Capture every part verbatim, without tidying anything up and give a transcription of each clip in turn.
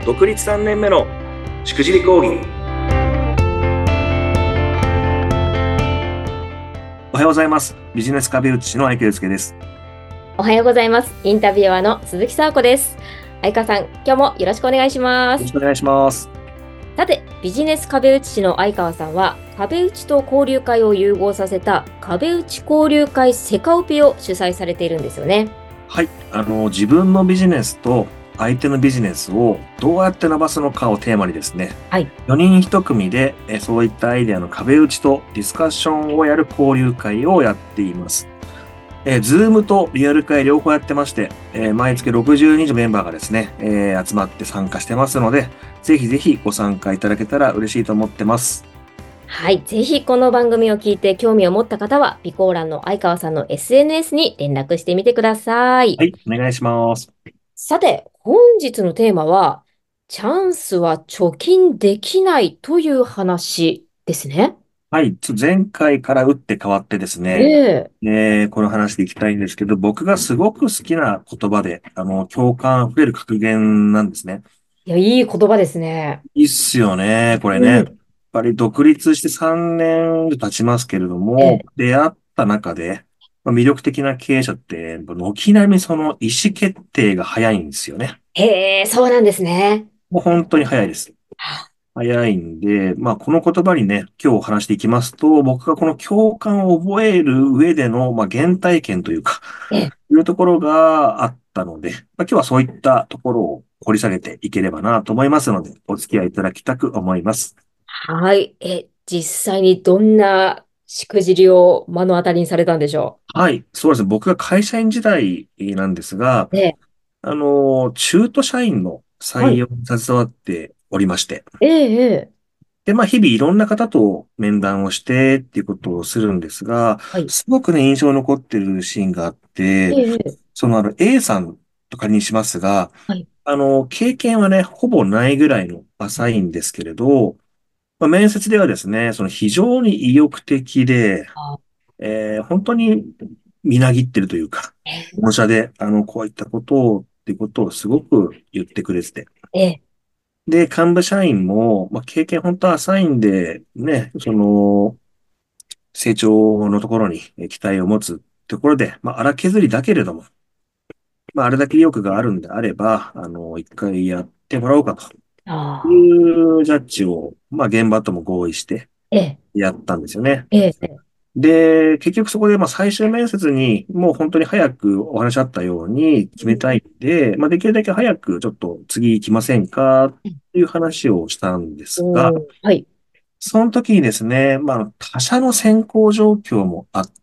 独立さんねんめのしくじり講義。おはようございます。ビジネス壁打ち師の相川祐介です。 おはようございます。インタビュアーの鈴木沙子です。相川さん、今日もよろしくお願いします。 よろしくお願いします。 さて、ビジネス壁打ち師の相川さんは、壁打ちと交流会を融合させた壁打ち交流会セカオピを主催されているんですよね。 はい、あの自分のビジネスと相手のビジネスをどうやって伸ばすのかをテーマにですね、 はい。 よにんいち組でえそういったアイデアの壁打ちとディスカッションをやる交流会をやっています。えー、ズームとリアル会両方やってまして、えー、毎月ろくじゅうにんのメンバーがですね、えー、集まって参加してますので、ぜひぜひご参加いただけたら嬉しいと思ってます。 はい。ぜひこの番組を聞いて興味を持った方は、備考欄の相川さんの エスエヌエス に連絡してみてください。 はい、お願いします。 さて、本日のテーマは、チャンスは貯金できないという話ですね。 はい、ちょ前回から打って変わってですえね、 え。 えーこの話でいきたいんですけど、僕がすごく好きな言葉で、あの、共感あふれる格言なんですね。 いや、いい言葉ですね。 いいっすよね、これね。やっうん。 ぱり独立してさんねん経ちますけれども、 ええ。 出会った中で、まあ魅力的な経営者って、軒並みその意思決定が早いんですよね。 へえ、そうなんですね。 もう本当に早いです。 は早いんで、まあ、この言葉にね、今日お話していきますと、僕がこの共感を覚える上での、まあ、原体験というか、 ええ。 いうところがあったので、まあ、今日はそういったところを掘り下げていければなと思いますので、お付き合いいただきたく思います。 はい。え、実際にどんなしくじりを目の当たりにされたんでしょはい、そうですね。僕が会社員時代なんですが、 う。ええ。 あの、中途社員のはい。 採用に携わっておりまして、 ええ、ええ。 で、まあ、日々いろんな方と面談をしてっていうことをするんですが、 はい。 すごくね、印象に残ってるシーンがあって、 ええ、ええ。 そのあの A さんとかにしますが、 はい。 あの、経験はね、ほぼないぐらいの浅いんですけれど、まあ、面接ではですね、その非常に意欲的で、 あ、 えー本当にみなぎってるというか、 ええ、 本社で、あの、こういったことを、っていうことをすごく言ってくれてて、 ええ。 で、幹部社員も、まあ、経験本当は浅いんで、ね、その、成長のところにえ期待を持つところで、まあ、荒削りだけれども、まあ、あれだけ意欲があるんであれば、あの、一回やってもらおうかといああ。 うジャッジを、まあ、現場とも合意してええ、 やったんですよね。 ええ、ええ。 で、結局そこで、まあ、最終面接に、もう本当に早くお話あったように決めたいんで、まあ、できるだけ早くちょっと次行きませんかっていう話をしたんですが、 おー、はい。 その時にですね、まあ、あの他社の選考状況もあって、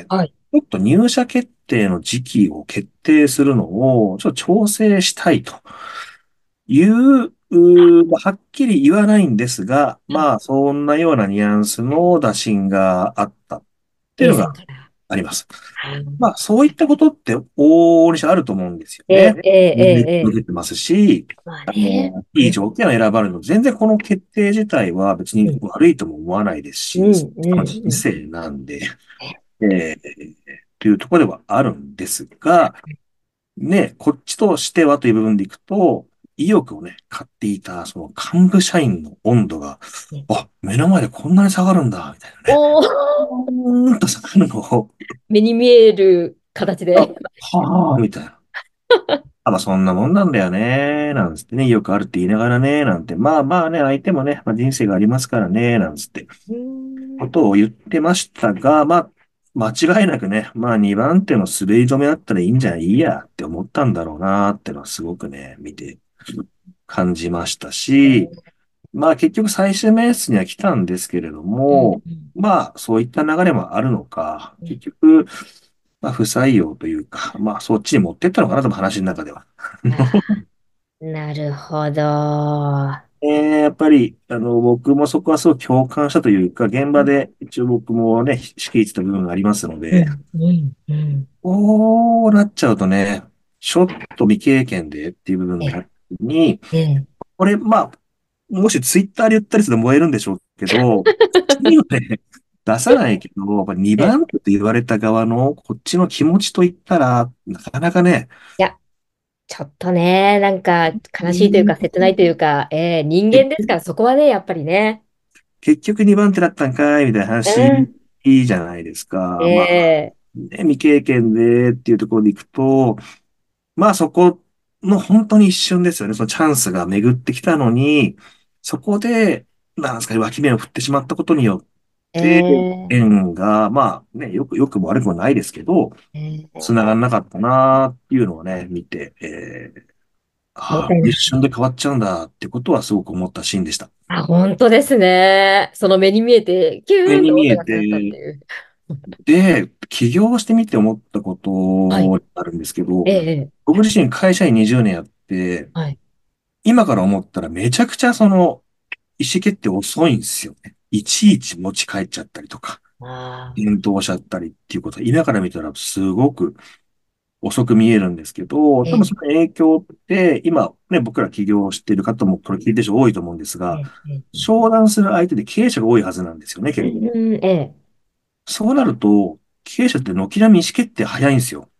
はい。 ちょっと入社決定の時期を決定するのを、ちょっと調整したいという、うーまあはっきり言わないんですが、 はい。 まあ、そんなようなニュアンスの打診があったっていう A のがさんから。 あります。 あー、 まあ、そういったことって往々にしてあると思うんですよええ、 ね。 ええ、ええ、ええ。 出てますし、 まああね。 の、 うん、 いい条件を選ばれるの、全然この決定自体は別にうん、 悪いとも思わないですし、 うん、うん、うん。 人生なんで、えー、というところではあるんですが、ね、こっちとしてはという部分でいくと、意欲をね、買っていた、その幹部社員の温度が、 ね。 あ、目の前でこんなに下がるんだ、みたいなね。 おー、 うーんと下がるのを、 目に見える形あ、 で。 はあ、みたいな。あ、まあそんなもんなんだよね、なんつってね、よくあるって言いながらね、なんて、まあまあね、相手もね、まあ、人生がありますからね、なんつって、 うーん。 ことを言ってましたが、まあ、間違いなくね、まあにばん手の滑り止めあったらいいんじゃいいやって思ったんだろうなってのはすごくね、見て感じましたし、まあ結局最終面接には来たんですけれどうん、 も、 うん、 まあそういった流れもあるのか、 うん。 結局、まあ不採用というか、まあそっちに持ってったのかなと話の中では。 あー、なるほど。 えーやっぱり、あの、僕もそこはすごく共感したというか、現場で一応僕もね、仕切ってた部分がありますので、 うん、うん、うん。 こうなっちゃうとね、ちょっと未経験でっていう部分え、 があるに、 え、 これ、まあ、もしツイッターで言ったりすると燃えるんでしょうけど、次はね、出さないけど、やっぱえ、 にばん手と言われた側のこっちの気持ちといったら、なかなかね、 いや、 ちょっとね、なんか悲しいというか切ないというか、えー人間ですからそこはね、やっぱりね。 結局にばん手だったんかいみたいなう話ん。 いいじゃないですか。まあ、 ええね、未経験でっていうところでいくと、まあそこの本当に一瞬ですよね。そのチャンスが巡ってきたのに、そこで、なんですかね、脇目を振ってしまったことによって、 ええ縁が、まあね、よく、よくも悪くもないですけど、繋がええらなかったなっていうのをね、見て、えー、ああ、 もったいない。 一瞬で変わっちゃうんだってことはすごく思ったシーンでした。 あ、本当ですね。その目に見えて、キューンと目に見え音が変わったってて、 いう。 で、起業してみて思ったことはい。 になるんですけど、 ええ、 僕自身会社員にじゅうねんやって、 はい。 今から思ったらめちゃくちゃその意思決定遅いんですよね。いちいち持ち帰っちゃったりとか、 ああ、 検討しちゃったりっていうことは今から見たらすごく遅く見えるんですけど、多分そええ、 の影響って今ね、僕ら起業している方もこれ聞いてる人多いと思うんですが、 ええ、ええ、 商談する相手で経営者が多いはずなんですよね、 う結構。 ん、ええ、 そうなると、経営者って軒並み意思決定早いんですよ。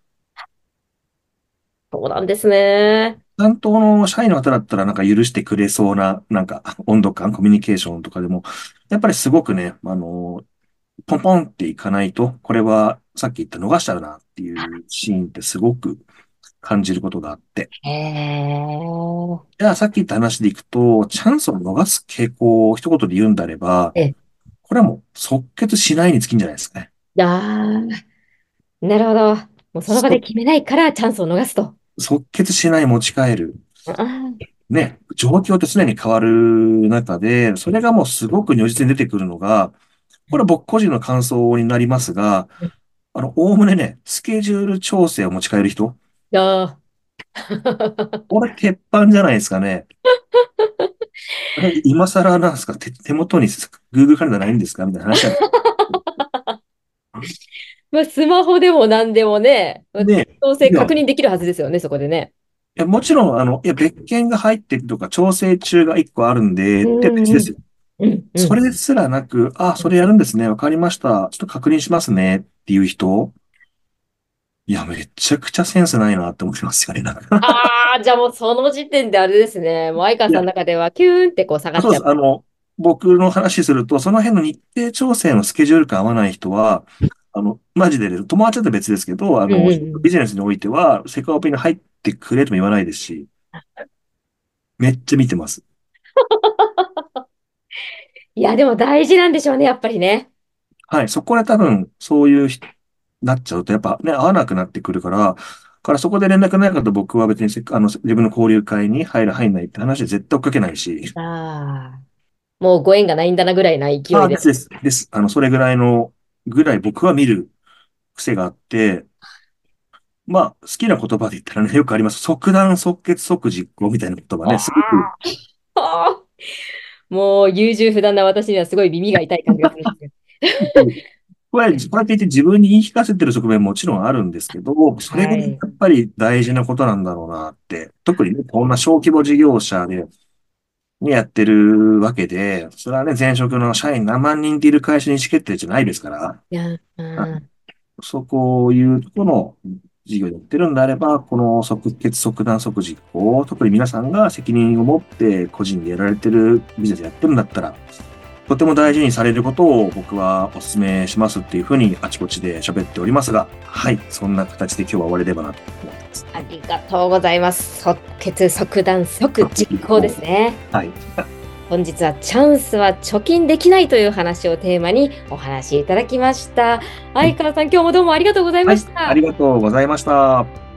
そうなんですね。 担当の社員の方だったらなんか許してくれそうな、なんか温度感、コミュニケーションとかでも、やっぱりすごくね、あの、ポンポンっていかないと、これはさっき言った逃しちゃうなっていうシーンってすごく感じることがあって。 へえ、 じゃあさっき言った話でいくと、チャンスを逃す傾向を一言で言うんであれば、 ええ、 これはもう即決しないに尽きんじゃないですかね。 ああ、なるほど。もうその場でそ決めないからチャンスを逃すと。 即決しない持ち帰る。 ああ、 ね、状況って常に変わる中で、それがもうすごく如実に出てくるのが、これは僕個人の感想になりますが、あの、おおむねね、スケジュール調整を持ち帰る人、 ああ。 これ鉄板じゃないですかね。あれ、今更なんですか手、手元に Google カレンダーないんですかみたいな話じゃない。 まあ、スマホでも何でもね、まあで、 調整いや、い確認できるはずですよね、そこでね。 やもちろん、あの、いや、別件が入ってるとか、調整中がいっこあるんで、 うって別んうん。 ですよ。 うん、うん。 それすらなく、あ、それやるんですね。わかりました。ちょっと確認しますね。っていう人、いや、めちゃくちゃセンスないなって思いますよね。なんかああ、じゃあもうその時点であれですね。もう相川いや、 さんの中ではキューンってこう下があそうです。あっちゃった。 の、僕の話すると、その辺の日程調整のスケジュール感合わない人は、あの、マジでね、友達だと別ですけど、あうんの、 うんうん。 ビジネスにおいては、セカオペに入ってくれとも言わないですし、めっちゃ見てます。 いや、でも大事なんでしょうね、やっぱりね。 はい。そこで多分、そういう人、なっちゃうと、やっぱね、合わなくなってくるから、からそこで連絡ないかと僕は別にせっか、あの、自分の交流会に入る入んないって話は絶対追っかけないし、 ああ、もうご縁がないんだなぐらいな勢ああ、でいで。 すです。です。あの、それぐらいの、ぐらい僕は見る癖があって、まあ、好きな言葉で言ったらね、よくあります。即断、即決、即実行みたいな言葉ね、すごく、 ああ、もう優柔不断な私にはすごい耳が痛い感じがするんですよ。 これ、こうやって言って自分に言い聞かせてる側面ももちろんあるんですけど、それがやはい。 っぱり大事なことなんだろうなって、特にね、こんな小規模事業者で、にやってるわけで、それはね、前職の社員何万人っている会社に意思決定じゃないですから、 いや、うあん。 そこいうところの事業をやってるんであれば、この即決即断即実行、特に皆さんが責任を持って個人でやられてるビジネスやってるんだったら、とても大事にされることを僕はお勧めしますっていうふうにあちこちで喋っておりますが、はい、そんな形で今日は終われればなと思ってます。 ありがとうございます。即決、即断、即実行ですね。 はい。 本日はチャンスは貯金できないという話をテーマにお話しいただきました。 はい。 相川さん、今日もどうもありがとうございはい。 ました。 ありがとうございました。